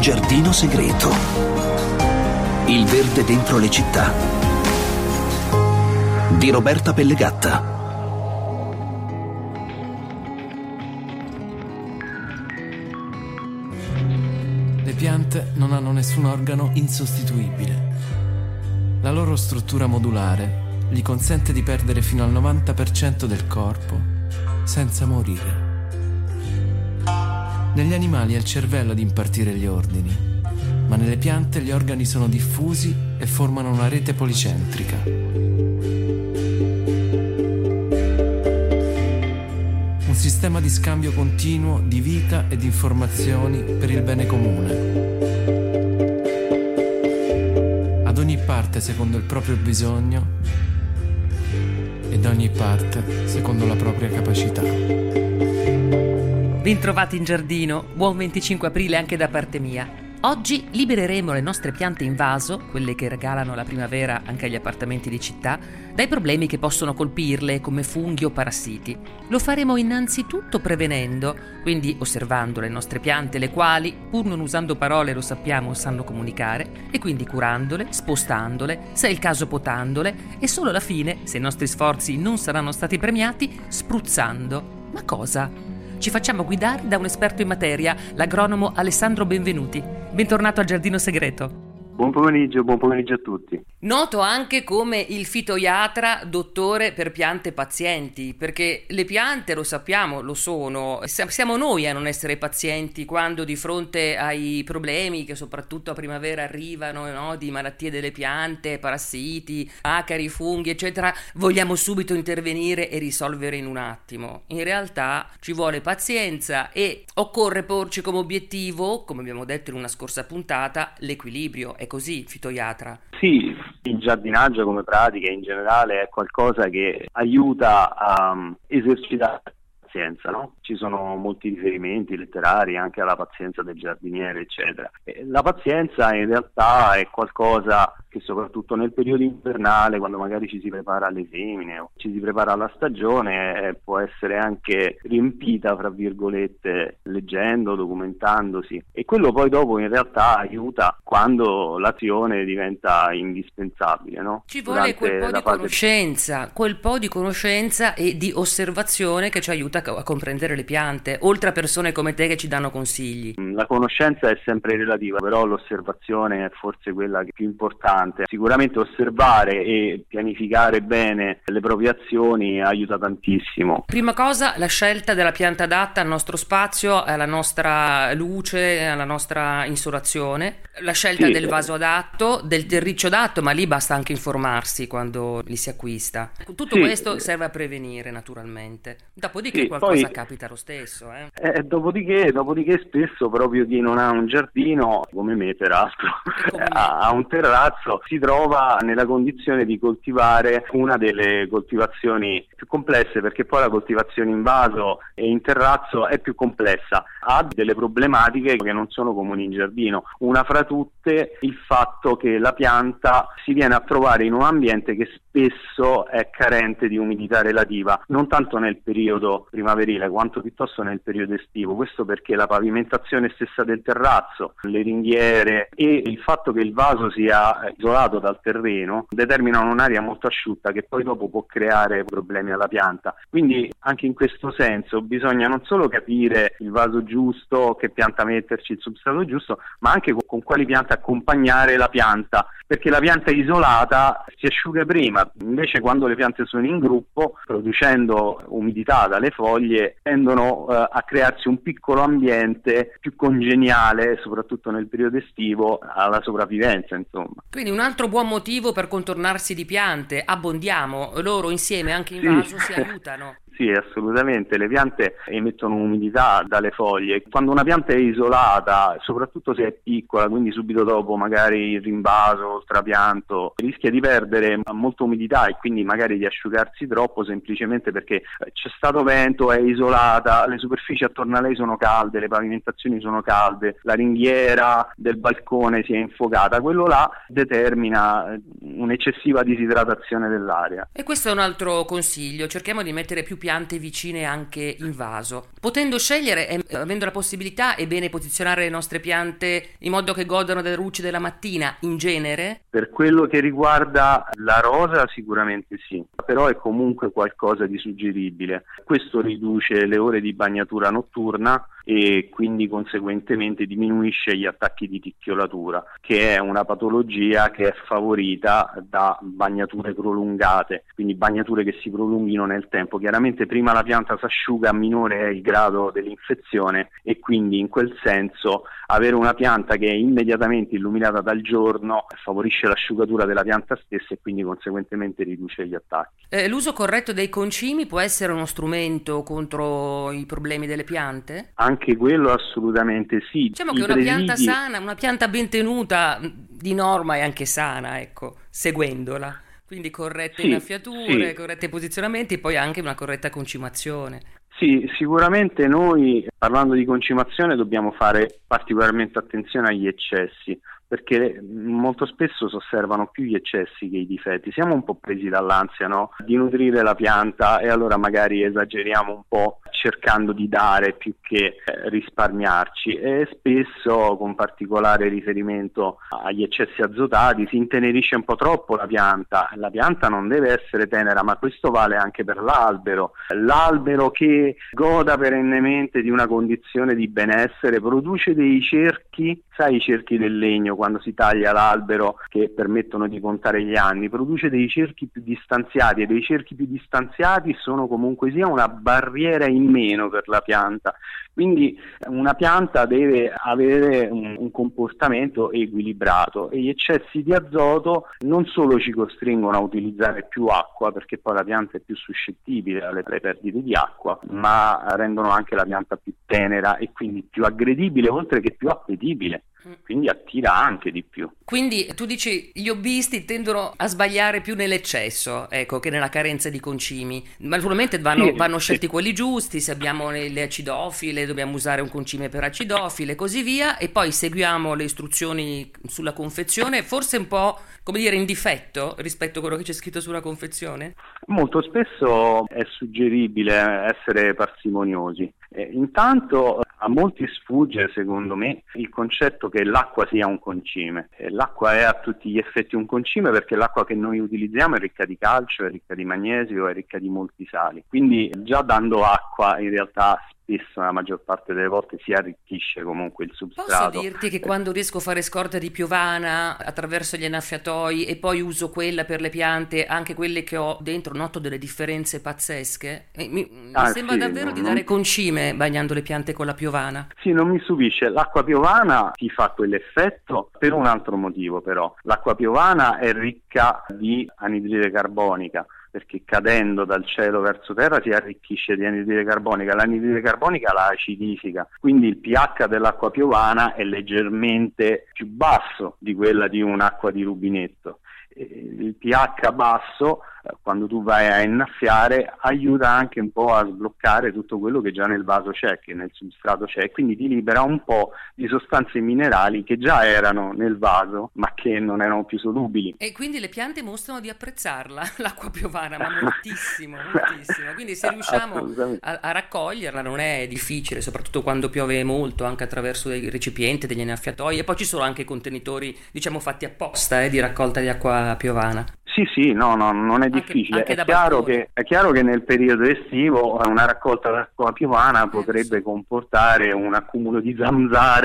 giardino segreto. Il verde dentro le città. Di Roberta Pellegatta. Le piante non hanno nessun organo insostituibile. La loro struttura modulare gli consente di perdere fino al 90% del corpo senza morire. Negli animali è il cervello ad impartire gli ordini, ma nelle piante gli organi sono diffusi e formano una rete policentrica. Un sistema di scambio continuo di vita e di informazioni per il bene comune. Ad ogni parte secondo il proprio bisogno e da ogni parte secondo la propria capacità. Bentrovati in giardino, buon 25 aprile anche da parte mia. Oggi libereremo le nostre piante in vaso, quelle che regalano la primavera anche agli appartamenti di città, dai problemi che possono colpirle come funghi o parassiti. Lo faremo innanzitutto prevenendo, quindi osservando le nostre piante, le quali, pur non usando parole, lo sappiamo, sanno comunicare, e quindi curandole, spostandole, se è il caso potandole, e solo alla fine, se i nostri sforzi non saranno stati premiati, spruzzando. Ma cosa? Ci facciamo guidare da un esperto in materia, l'agronomo Alessandro Benvenuti. Bentornato al Giardino Segreto. Buon pomeriggio a tutti. Noto anche come il fitoiatra, dottore per piante pazienti, perché le piante, lo sappiamo, lo sono. Siamo noi a non essere pazienti quando di fronte ai problemi che soprattutto a primavera arrivano, no, di malattie delle piante, parassiti, acari, funghi, eccetera, vogliamo subito intervenire e risolvere in un attimo. In realtà ci vuole pazienza e occorre porci come obiettivo, come abbiamo detto in una scorsa puntata, l'equilibrio. È così, fitoiatra? Sì, il giardinaggio come pratica in generale è qualcosa che aiuta a esercitare la pazienza, no? Ci sono molti riferimenti letterari anche alla pazienza del giardiniere, eccetera. E la pazienza in realtà è qualcosa che soprattutto nel periodo invernale, quando magari ci si prepara alle semine o ci si prepara alla stagione, può essere anche riempita, fra virgolette, leggendo, documentandosi, e quello poi dopo in realtà aiuta quando l'azione diventa indispensabile, no? Ci vuole quel po' di conoscenza e di osservazione che ci aiuta a comprendere le piante, oltre a persone come te che ci danno consigli. La conoscenza è sempre relativa, però l'osservazione è forse quella che è più importante. Sicuramente osservare e pianificare bene le proprie azioni aiuta tantissimo. Prima cosa, la scelta della pianta adatta al nostro spazio, alla nostra luce, alla nostra insolazione, la scelta del vaso adatto, del terriccio adatto, ma lì basta anche informarsi quando li si acquista. Tutto questo serve a prevenire, naturalmente. Dopodiché qualcosa capita lo stesso. Dopodiché spesso proprio chi non ha un giardino, come me peraltro, ha un terrazzo, si trova nella condizione di coltivare una delle coltivazioni più complesse, perché poi la coltivazione in vaso e in terrazzo è più complessa, ha delle problematiche che non sono comuni in giardino. Una fra tutte il fatto che la pianta si viene a trovare in un ambiente che spesso è carente di umidità relativa, non tanto nel periodo primaverile quanto piuttosto nel periodo estivo. Questo perché la pavimentazione stessa del terrazzo, le ringhiere e il fatto che il vaso sia isolato dal terreno determinano un'aria molto asciutta che poi dopo può creare problemi alla pianta. Quindi anche in questo senso bisogna non solo capire il vaso giusto, che pianta metterci, il substrato giusto, ma anche con quali piante accompagnare la pianta, perché la pianta isolata si asciuga prima, invece quando le piante sono in gruppo, producendo umidità dalle foglie, tendono a crearsi un piccolo ambiente più congeniale, soprattutto nel periodo estivo, alla sopravvivenza, insomma. Quindi un altro buon motivo per contornarsi di piante, abbondiamo, loro insieme anche in vaso si aiutano. Sì, assolutamente, le piante emettono umidità dalle foglie. Quando una pianta è isolata, soprattutto se è piccola, quindi subito dopo magari il rinvaso, il trapianto, rischia di perdere molta umidità e quindi magari di asciugarsi troppo, semplicemente perché c'è stato vento, è isolata, le superfici attorno a lei sono calde, le pavimentazioni sono calde, la ringhiera del balcone si è infuocata. Quello là determina un'eccessiva disidratazione dell'aria. E questo è un altro consiglio: cerchiamo di mettere più piante piante vicine anche in vaso. Potendo scegliere e avendo la possibilità, è bene posizionare le nostre piante in modo che godano delle luci della mattina in genere? Per quello che riguarda la rosa sicuramente sì, però è comunque qualcosa di suggeribile. Questo riduce le ore di bagnatura notturna e quindi conseguentemente diminuisce gli attacchi di ticchiolatura, che è una patologia che è favorita da bagnature prolungate, quindi bagnature che si prolunghino nel tempo. Chiaramente prima la pianta si asciuga, minore è il grado dell'infezione, e quindi in quel senso avere una pianta che è immediatamente illuminata dal giorno favorisce l'asciugatura della pianta stessa e quindi conseguentemente riduce gli attacchi. L'uso corretto dei concimi può essere uno strumento contro i problemi delle piante? Anche quello assolutamente sì. Diciamo che una pianta sana, una pianta ben tenuta di norma è anche sana, ecco, seguendola. Quindi corrette innaffiature, corretti posizionamenti e poi anche una corretta concimazione. Sì, sicuramente noi, parlando di concimazione, dobbiamo fare particolarmente attenzione agli eccessi, perché molto spesso si osservano più gli eccessi che i difetti. Siamo un po' presi dall'ansia, no? Di nutrire la pianta, e allora magari esageriamo un po' cercando di dare più che risparmiarci, e spesso, con particolare riferimento agli eccessi azotati, si intenerisce un po' troppo la pianta. La pianta non deve essere tenera, ma questo vale anche per l'albero. L'albero che goda perennemente di una condizione di benessere produce dei cerchi, sai, i cerchi del legno quando si taglia l'albero, che permettono di contare gli anni, produce dei cerchi più distanziati, e dei cerchi più distanziati sono comunque sia una barriera in meno per la pianta. Quindi una pianta deve avere un comportamento equilibrato, e gli eccessi di azoto non solo ci costringono a utilizzare più acqua, perché poi la pianta è più suscettibile alle perdite di acqua, ma rendono anche la pianta più tenera e quindi più aggredibile, oltre che più appetibile. Quindi attira anche di più. Quindi tu dici gli hobbisti tendono a sbagliare più nell'eccesso, ecco, che nella carenza di concimi. Ma naturalmente vanno scelti quelli giusti. Se abbiamo le acidofile dobbiamo usare un concime per acidofile e così via, e poi seguiamo le istruzioni sulla confezione, forse un po', come dire, in difetto rispetto a quello che c'è scritto sulla confezione. Molto spesso è suggeribile essere parsimoniosi. Intanto a molti sfugge, secondo me, il concetto che l'acqua sia un concime. L'acqua è a tutti gli effetti un concime, perché l'acqua che noi utilizziamo è ricca di calcio, è ricca di magnesio, è ricca di molti sali. Quindi già dando acqua, in realtà spesso, la maggior parte delle volte, si arricchisce comunque il substrato. Posso dirti che quando riesco a fare scorta di piovana attraverso gli annaffiatoi e poi uso quella per le piante, anche quelle che ho dentro, noto delle differenze pazzesche. Mi sembra davvero di dare concime bagnando le piante con la piovana. Sì, non mi stupisce. L'acqua piovana ti fa quell'effetto per un altro motivo, però. L'acqua piovana è ricca di anidride carbonica, perché cadendo dal cielo verso terra si arricchisce di anidride carbonica. L'anidride carbonica la acidifica, quindi il pH dell'acqua piovana è leggermente più basso di quella di un'acqua di rubinetto. Il pH basso, quando tu vai a innaffiare, aiuta anche un po' a sbloccare tutto quello che già nel vaso c'è, che nel substrato c'è, quindi ti libera un po' di sostanze minerali che già erano nel vaso ma che non erano più solubili. E quindi le piante mostrano di apprezzarla, l'acqua piovana, ma moltissimo, moltissimo. Quindi se riusciamo a raccoglierla non è difficile, soprattutto quando piove molto, anche attraverso dei recipienti, degli innaffiatoi, e poi ci sono anche contenitori, diciamo, fatti apposta di raccolta di acqua piovana. Sì, no, non è difficile. È chiaro che nel periodo estivo una raccolta d'acqua piovana potrebbe comportare un accumulo di zanzare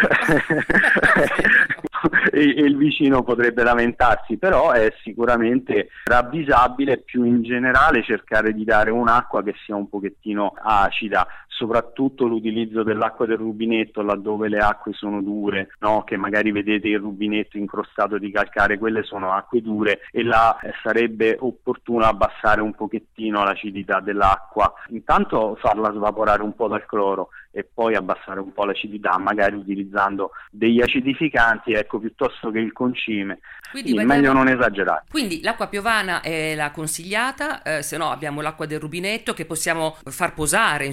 e il vicino potrebbe lamentarsi, però è sicuramente ravvisabile più in generale cercare di dare un'acqua che sia un pochettino acida, soprattutto l'utilizzo dell'acqua del rubinetto laddove le acque sono dure, no? Che magari vedete il rubinetto incrostato di calcare, quelle sono acque dure, e là sarebbe opportuno abbassare un pochettino l'acidità dell'acqua, intanto farla svaporare un po' dal cloro e poi abbassare un po' l'acidità, magari utilizzando degli acidificanti, ecco, piuttosto che il concime. Quindi meglio non esagerare. Quindi l'acqua piovana è la consigliata, se no abbiamo l'acqua del rubinetto che possiamo far posare, insomma,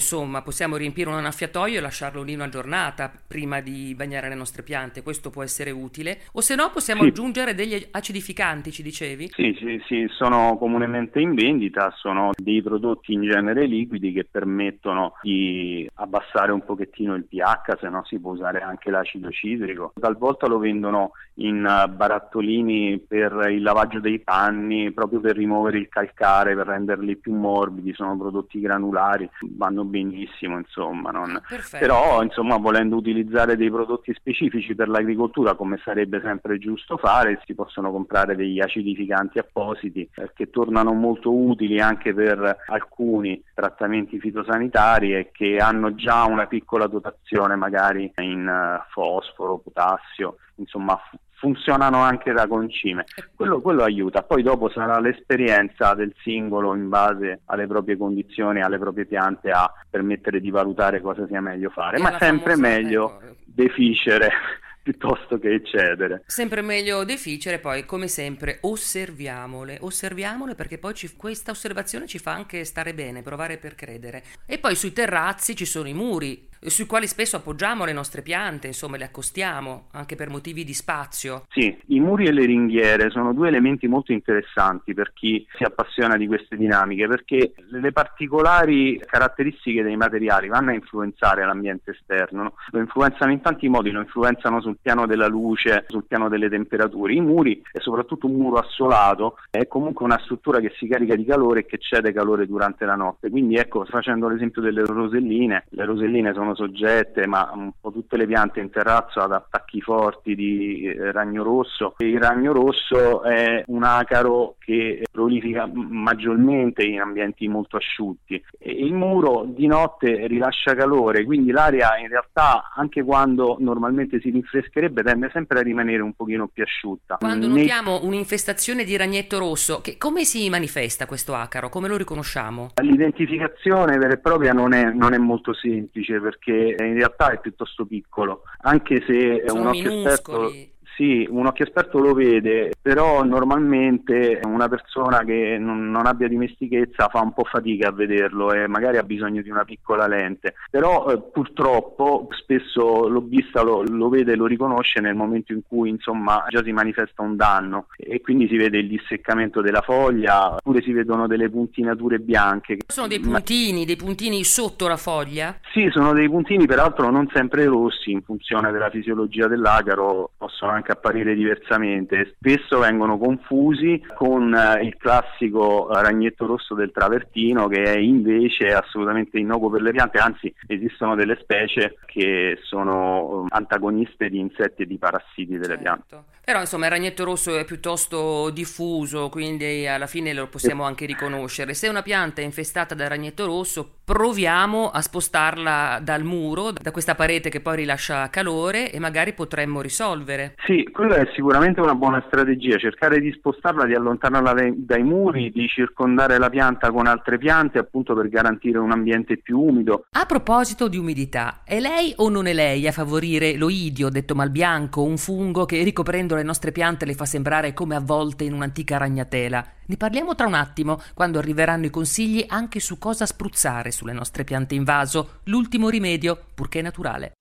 possiamo riempire un annaffiatoio e lasciarlo lì una giornata prima di bagnare le nostre piante, questo può essere utile, o se no possiamo aggiungere degli acidificanti, ci dicevi? Sì, sono comunemente in vendita, sono dei prodotti in genere liquidi che permettono di abbassare un pochettino il pH, se no si può usare anche l'acido citrico. Talvolta lo vendono in barattolini per il lavaggio dei panni, proprio per rimuovere il calcare, per renderli più morbidi, sono prodotti granulari, vanno benissimo, insomma. Però, insomma, volendo utilizzare dei prodotti specifici per l'agricoltura, come sarebbe sempre giusto fare, si possono comprare degli acidificanti appositi che tornano molto utili anche per alcuni trattamenti fitosanitari e che hanno già una piccola dotazione magari in fosforo, potassio, insomma funzionano anche da concime. Quello aiuta, poi dopo sarà l'esperienza del singolo in base alle proprie condizioni, alle proprie piante, a permettere di valutare cosa sia meglio fare, ma sempre meglio deficere piuttosto che eccedere. Sempre meglio deficere, poi come sempre osserviamole perché poi questa osservazione ci fa anche stare bene, provare per credere. E poi sui terrazzi ci sono i muri sui quali spesso appoggiamo le nostre piante, insomma le accostiamo anche per motivi di spazio. Sì, i muri e le ringhiere sono due elementi molto interessanti per chi si appassiona di queste dinamiche, perché le particolari caratteristiche dei materiali vanno a influenzare l'ambiente esterno, no? Lo influenzano in tanti modi, lo influenzano sul piano della luce, sul piano delle temperature. I muri, e soprattutto un muro assolato, è comunque una struttura che si carica di calore e che cede calore durante la notte, quindi ecco, facendo l'esempio delle roselline, le roselline sono soggette, ma un po' tutte le piante in terrazzo, ad attacchi forti di ragno rosso. Il ragno rosso è un acaro che prolifica maggiormente in ambienti molto asciutti, e il muro di notte rilascia calore, quindi l'aria in realtà, anche quando normalmente si rinfrescherebbe, tende sempre a rimanere un pochino più asciutta. Quando notiamo un'infestazione di ragnetto rosso, come si manifesta questo acaro? Come lo riconosciamo? L'identificazione vera e propria non è molto semplice, perché in realtà è piuttosto piccolo, anche se sono minuscoli. Un occhio esperto lo vede, però normalmente una persona che non abbia dimestichezza fa un po' fatica a vederlo e magari ha bisogno di una piccola lente. Però purtroppo spesso l'hobbista lo vede e lo riconosce nel momento in cui insomma già si manifesta un danno, e quindi si vede il disseccamento della foglia, oppure si vedono delle puntinature bianche. Sono dei puntini sotto la foglia? Sì, sono dei puntini, peraltro non sempre rossi, in funzione della fisiologia dell'acaro possono anche apparire diversamente. Spesso vengono confusi con il classico ragnetto rosso del travertino, che è invece assolutamente innocuo per le piante, anzi esistono delle specie che sono antagoniste di insetti e di parassiti delle piante. Però insomma il ragnetto rosso è piuttosto diffuso, quindi alla fine lo possiamo anche riconoscere. Se una pianta è infestata da ragnetto rosso, proviamo a spostarla dal muro, da questa parete che poi rilascia calore, e magari potremmo risolvere. Sì, quella è sicuramente una buona strategia, cercare di spostarla, di allontanarla dai muri, di circondare la pianta con altre piante, appunto per garantire un ambiente più umido. A proposito di umidità, è lei o non è lei a favorire l'oidio, detto malbianco, un fungo che ricoprendo le nostre piante le fa sembrare come avvolte in un'antica ragnatela? Ne parliamo tra un attimo, quando arriveranno i consigli anche su cosa spruzzare sulle nostre piante in vaso, l'ultimo rimedio, purché naturale.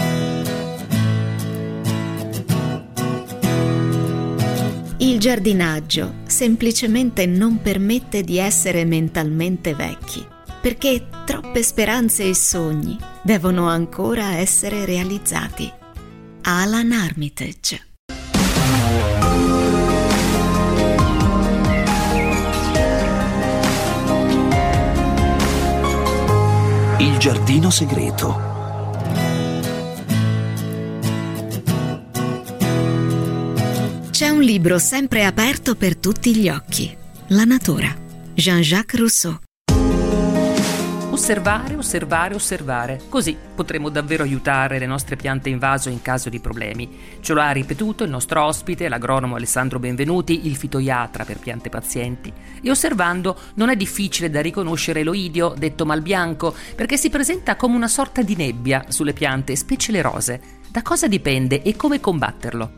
Il giardinaggio semplicemente non permette di essere mentalmente vecchi, perché troppe speranze e sogni devono ancora essere realizzati. Alan Armitage. Il giardino segreto. C'è un libro sempre aperto per tutti gli occhi. La natura. Jean-Jacques Rousseau. Osservare. Così potremo davvero aiutare le nostre piante in vaso in caso di problemi. Ce lo ha ripetuto il nostro ospite, l'agronomo Alessandro Benvenuti, il fitoiatra per piante pazienti. E osservando non è difficile da riconoscere l'oidio, detto malbianco, perché si presenta come una sorta di nebbia sulle piante, specie le rose. Da cosa dipende e come combatterlo?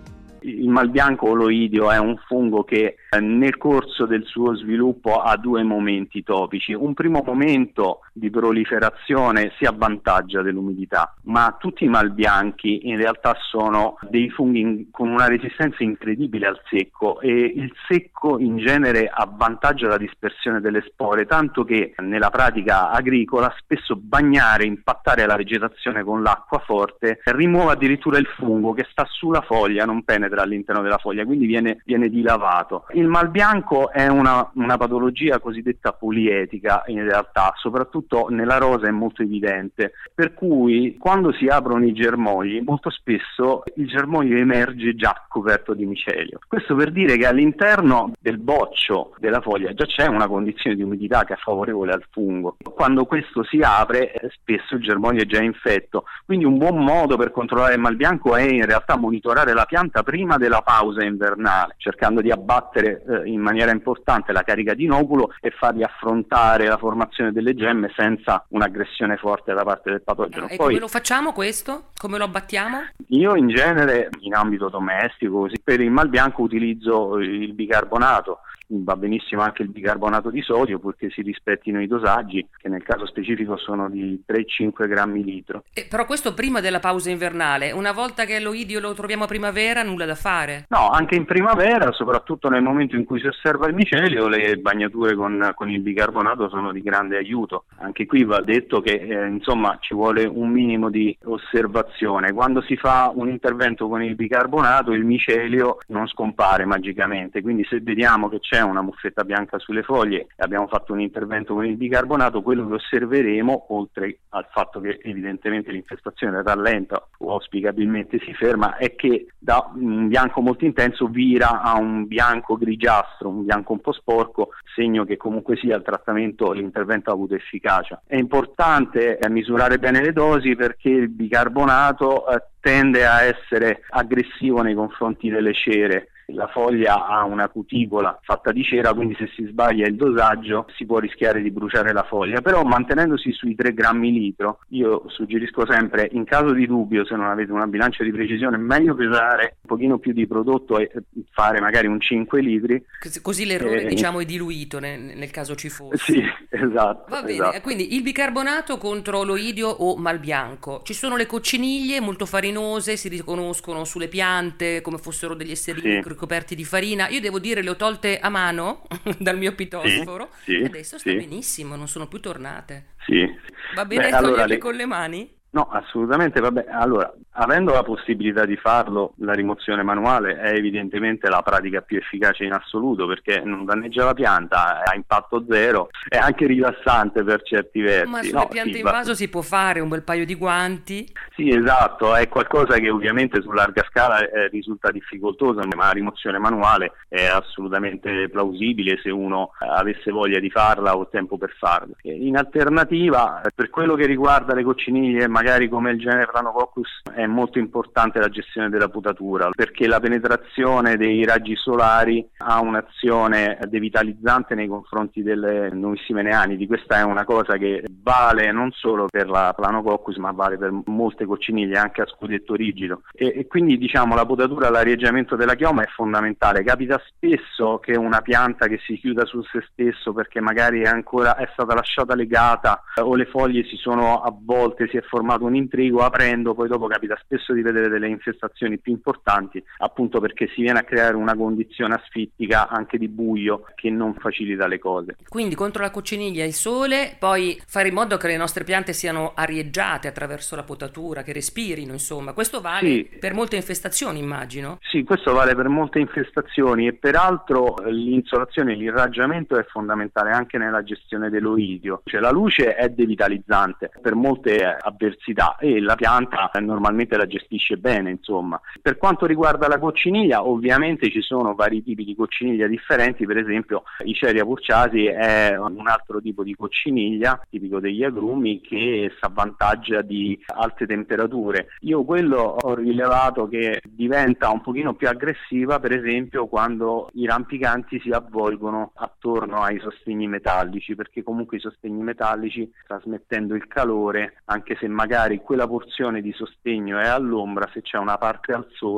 Il malbianco oloidio è un fungo che nel corso del suo sviluppo ha due momenti topici. Un primo momento di proliferazione si avvantaggia dell'umidità, ma tutti i malbianchi in realtà sono dei funghi con una resistenza incredibile al secco, e il secco in genere avvantaggia la dispersione delle spore, tanto che nella pratica agricola spesso bagnare, impattare la vegetazione con l'acqua forte rimuove addirittura il fungo che sta sulla foglia, non penetra all'interno della foglia, quindi viene dilavato. Il malbianco è una patologia cosiddetta polietica in realtà, soprattutto nella rosa è molto evidente, per cui quando si aprono i germogli molto spesso il germoglio emerge già coperto di micelio. Questo per dire che all'interno del boccio della foglia già c'è una condizione di umidità che è favorevole al fungo. Quando questo si apre spesso il germoglio è già infetto, quindi un buon modo per controllare il malbianco è in realtà monitorare la pianta prima della pausa invernale, cercando di abbattere in maniera importante la carica di inoculo e fargli affrontare la formazione delle gemme senza un'aggressione forte da parte del patogeno. E come lo facciamo questo? Come lo abbattiamo? Io in genere in ambito domestico, così, per il malbianco utilizzo il bicarbonato. Va benissimo anche il bicarbonato di sodio, purché si rispettino i dosaggi, che nel caso specifico sono di 3-5 grammi litro. Però questo prima della pausa invernale. Una volta che l'oidio lo troviamo a primavera, nulla da fare? No, anche in primavera, soprattutto nel momento in cui si osserva il micelio, le bagnature con il bicarbonato sono di grande aiuto. Anche qui va detto che insomma ci vuole un minimo di osservazione. Quando si fa un intervento con il bicarbonato il micelio non scompare magicamente, quindi se vediamo che c'è una muffetta bianca sulle foglie e abbiamo fatto un intervento con il bicarbonato, quello che osserveremo, oltre al fatto che evidentemente l'infestazione rallenta o auspicabilmente si ferma, è che da un bianco molto intenso vira a un bianco grigiastro, un bianco un po' sporco, segno che comunque sia il trattamento, l'intervento ha avuto efficacia. È importante misurare bene le dosi, perché il bicarbonato tende a essere aggressivo nei confronti delle cere. La foglia ha una cuticola fatta di cera, quindi se si sbaglia il dosaggio si può rischiare di bruciare la foglia, però mantenendosi sui 3 grammi litro, io suggerisco sempre, in caso di dubbio, se non avete una bilancia di precisione, meglio pesare un pochino più di prodotto e fare magari un 5 litri. Così l'errore è diluito nel caso ci fosse. Sì, esatto. Va bene, esatto. Quindi il bicarbonato contro l'oidio o malbianco. Ci sono le cocciniglie molto farinose, si riconoscono sulle piante come fossero degli esserini ricoperti di farina. Io devo dire le ho tolte a mano dal mio pitosforo e adesso sta benissimo, non sono più tornate. Sì. Va bene toglierle con le mani? No, assolutamente, vabbè. Allora, avendo la possibilità di farlo, la rimozione manuale è evidentemente la pratica più efficace in assoluto, perché non danneggia la pianta, ha impatto zero, è anche rilassante per certi versi. Ma sulle piante in vaso si può fare un bel paio di guanti? Sì, esatto, è qualcosa che ovviamente su larga scala risulta difficoltoso, ma la rimozione manuale è assolutamente plausibile se uno avesse voglia di farla o tempo per farla. In alternativa, per quello che riguarda le cocciniglie, magari come il genere Planococcus, è molto importante la gestione della potatura, perché la penetrazione dei raggi solari ha un'azione devitalizzante nei confronti delle nuovissime neanidi. Questa è una cosa che vale non solo per la Planococcus, ma vale per molte cocciniglie anche a scudetto rigido, e quindi diciamo la potatura, l'arieggiamento della chioma è fondamentale. Capita spesso che una pianta che si chiuda su se stesso perché magari è stata lasciata legata o le foglie si sono avvolte, si è formato un intrigo, aprendo poi dopo capita spesso di vedere delle infestazioni più importanti, appunto perché si viene a creare una condizione asfittica anche di buio che non facilita le cose. Quindi contro la cocciniglia il sole, poi fare in modo che le nostre piante siano arieggiate attraverso la potatura, che respirino, insomma. Questo vale per molte infestazioni, immagino? Sì, questo vale per molte infestazioni, e peraltro l'insolazione e l'irraggiamento è fondamentale anche nella gestione dell'oidio. Cioè la luce è devitalizzante per molte avversità e la pianta normalmente la gestisce bene, insomma. Per quanto riguarda la cocciniglia, ovviamente ci sono vari tipi di cocciniglia differenti. Per esempio Iceria purchasei è un altro tipo di cocciniglia tipico degli agrumi che si avvantaggia di alte temperature. Io quello ho rilevato che diventa un pochino più aggressiva, per esempio quando i rampicanti si avvolgono attorno ai sostegni metallici, perché comunque i sostegni metallici, trasmettendo il calore, anche se magari quella porzione di sostegno è all'ombra, se c'è una parte al sole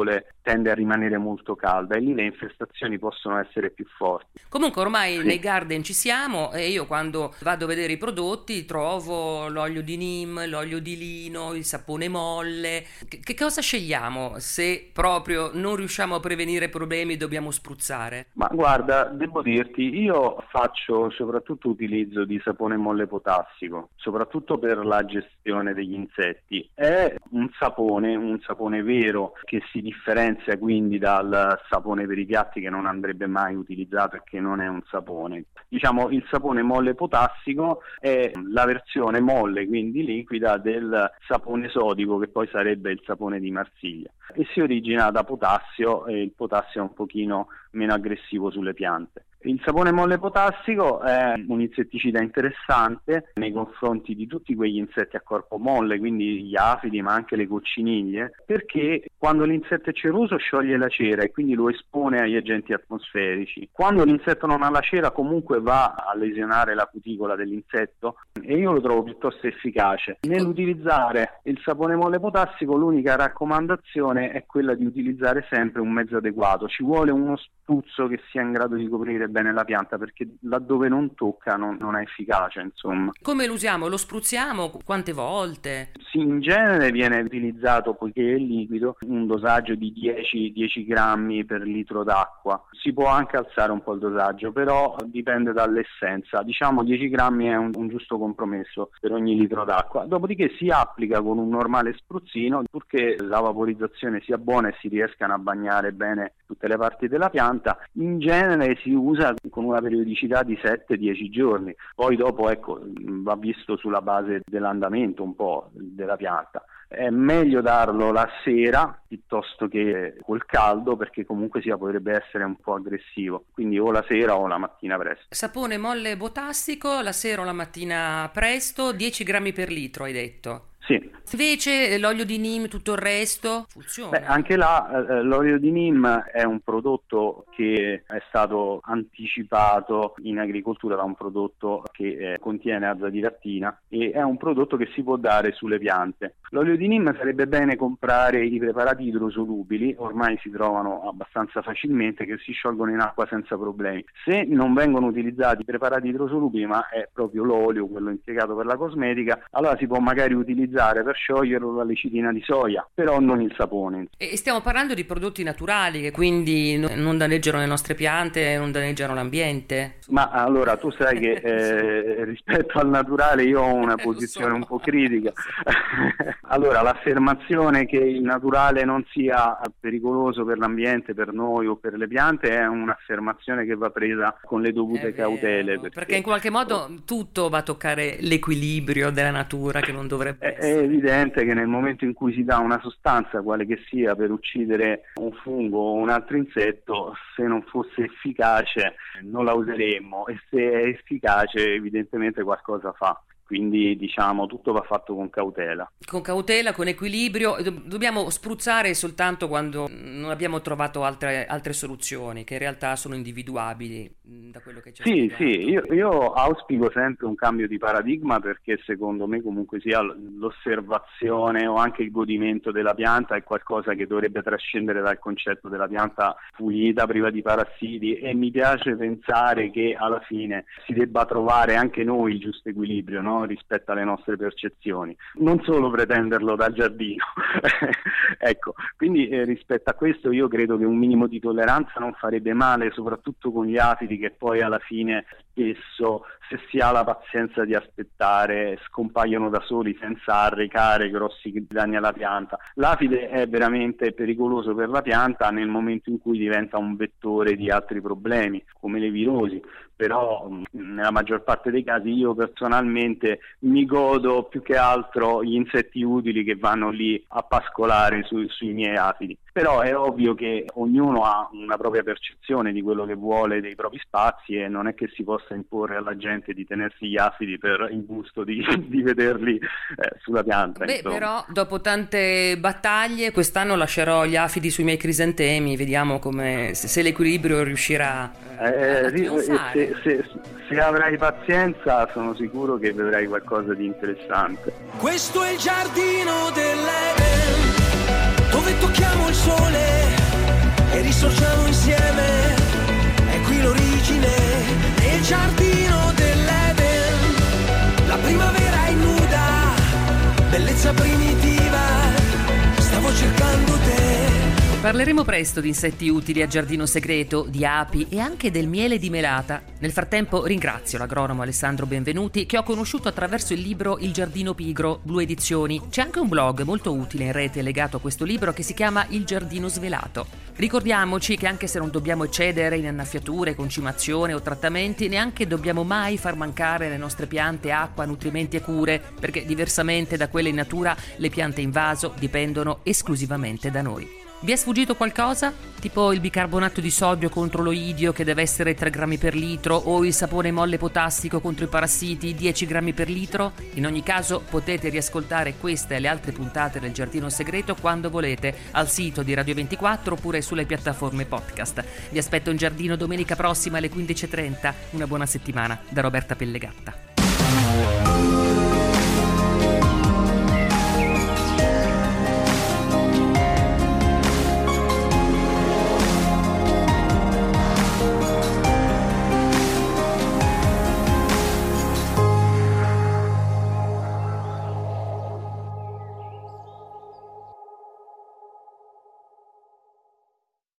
tende a rimanere molto calda e lì le infestazioni possono essere più forti. Comunque ormai nei garden ci siamo, e io quando vado a vedere i prodotti trovo l'olio di neem, l'olio di lino, il sapone molle. Che cosa scegliamo se proprio non riusciamo a prevenire problemi e dobbiamo spruzzare? Ma guarda, devo dirti, io faccio soprattutto utilizzo di sapone molle potassico, soprattutto per la gestione degli insetti. È un sapone vero, che si differenzia quindi dal sapone per i piatti, che non andrebbe mai utilizzato e che non è un sapone. Diciamo, il sapone molle potassico è la versione molle, quindi liquida, del sapone sodico, che poi sarebbe il sapone di Marsiglia, e si origina da potassio, e il potassio è un pochino meno aggressivo sulle piante. Il sapone molle potassico è un insetticida interessante nei confronti di tutti quegli insetti a corpo molle, quindi gli afidi ma anche le cocciniglie, perché quando l'insetto è ceroso scioglie la cera e quindi lo espone agli agenti atmosferici. Quando l'insetto non ha la cera comunque va a lesionare la cuticola dell'insetto, e io lo trovo piuttosto efficace. Nell'utilizzare il sapone molle potassico l'unica raccomandazione è quella di utilizzare sempre un mezzo adeguato. Ci vuole uno spruzzo che sia in grado di coprire bene la pianta, perché laddove non tocca non è efficace, insomma. Come lo usiamo? Lo spruzziamo? Quante volte? Sì, in genere viene utilizzato, poiché è liquido, un dosaggio di 10 grammi per litro d'acqua. Si può anche alzare un po' il dosaggio, però dipende dall'essenza. Diciamo 10 grammi è un giusto compromesso per ogni litro d'acqua. Dopodiché si applica con un normale spruzzino, purché la vaporizzazione sia buona e si riescano a bagnare bene tutte le parti della pianta. In genere si usa con una periodicità di 7-10 giorni, poi dopo va visto sulla base dell'andamento un po' della pianta. È meglio darlo la sera piuttosto che col caldo, perché comunque potrebbe essere un po' aggressivo, quindi o la sera o la mattina presto. Sapone molle potassico, la sera o la mattina presto, 10 grammi per litro hai detto? Sì. Invece l'olio di neem, tutto il resto, funziona? Anche là l'olio di neem è un prodotto che è stato anticipato in agricoltura da un prodotto che contiene azadirachtina, e è un prodotto che si può dare sulle piante. L'olio di neem sarebbe bene comprare i preparati idrosolubili, ormai si trovano abbastanza facilmente, che si sciolgono in acqua senza problemi. Se non vengono utilizzati i preparati idrosolubili, ma è proprio l'olio quello impiegato per la cosmetica, allora si può magari utilizzare per scioglierlo la lecitina di soia, però non il sapone. E stiamo parlando di prodotti naturali che quindi non danneggiano le nostre piante, non danneggiano l'ambiente? Ma allora tu sai che rispetto al naturale io ho una posizione un po' critica. Allora, l'affermazione che il naturale non sia pericoloso per l'ambiente, per noi o per le piante, è un'affermazione che va presa con le dovute cautele. Perché in qualche modo tutto va a toccare l'equilibrio della natura, che non dovrebbe essere. È evidente che nel momento in cui si dà una sostanza, quale che sia, per uccidere un fungo o un altro insetto, se non fosse efficace non la useremmo, e se è efficace evidentemente qualcosa fa. Quindi diciamo tutto va fatto con cautela. Con cautela, con equilibrio. Dobbiamo spruzzare soltanto quando non abbiamo trovato altre soluzioni, che in realtà sono individuabili da quello che c'è. Sì, io auspico sempre un cambio di paradigma, perché secondo me comunque sia l'osservazione o anche il godimento della pianta è qualcosa che dovrebbe trascendere dal concetto della pianta pulita, priva di parassiti, e mi piace pensare che alla fine si debba trovare anche noi il giusto equilibrio, no? Rispetto alle nostre percezioni, non solo pretenderlo dal giardino. Ecco, quindi rispetto a questo io credo che un minimo di tolleranza non farebbe male, soprattutto con gli afidi, che poi alla fine spesso, se si ha la pazienza di aspettare, scompaiono da soli senza arrecare grossi danni alla pianta. L'afide è veramente pericoloso per la pianta nel momento in cui diventa un vettore di altri problemi, come le virosi. Però nella maggior parte dei casi io personalmente mi godo più che altro gli insetti utili che vanno lì a pascolare sui miei afidi. Però è ovvio che ognuno ha una propria percezione di quello che vuole dei propri spazi, e non è che si possa imporre alla gente di tenersi gli afidi per il gusto di vederli sulla pianta. Però dopo tante battaglie quest'anno lascerò gli afidi sui miei crisantemi, vediamo se l'equilibrio riuscirà a trionfare. Se avrai pazienza sono sicuro che vedrai qualcosa di interessante. Questo è il giardino dell'Eden, dove tocchiamo il sole sorciamo insieme, è qui l'origine, nel giardino dell'Eden. La primavera è nuda, bellezza primitiva, stavo cercando te. Parleremo presto di insetti utili a giardino segreto, di api e anche del miele di melata. Nel frattempo ringrazio l'agronomo Alessandro Benvenuti, che ho conosciuto attraverso il libro Il giardino pigro, Blu Edizioni. C'è anche un blog molto utile in rete legato a questo libro che si chiama Il giardino svelato. Ricordiamoci che anche se non dobbiamo eccedere in annaffiature, concimazione o trattamenti, neanche dobbiamo mai far mancare alle nostre piante acqua, nutrimenti e cure, perché diversamente da quelle in natura le piante in vaso dipendono esclusivamente da noi. Vi è sfuggito qualcosa? Tipo il bicarbonato di sodio contro l'oidio che deve essere 3 grammi per litro o il sapone molle potassico contro i parassiti 10 grammi per litro? In ogni caso potete riascoltare queste e le altre puntate del Giardino Segreto quando volete al sito di Radio 24 oppure sulle piattaforme podcast. Vi aspetto in giardino domenica prossima alle 15:30. Una buona settimana da Roberta Pellegatta.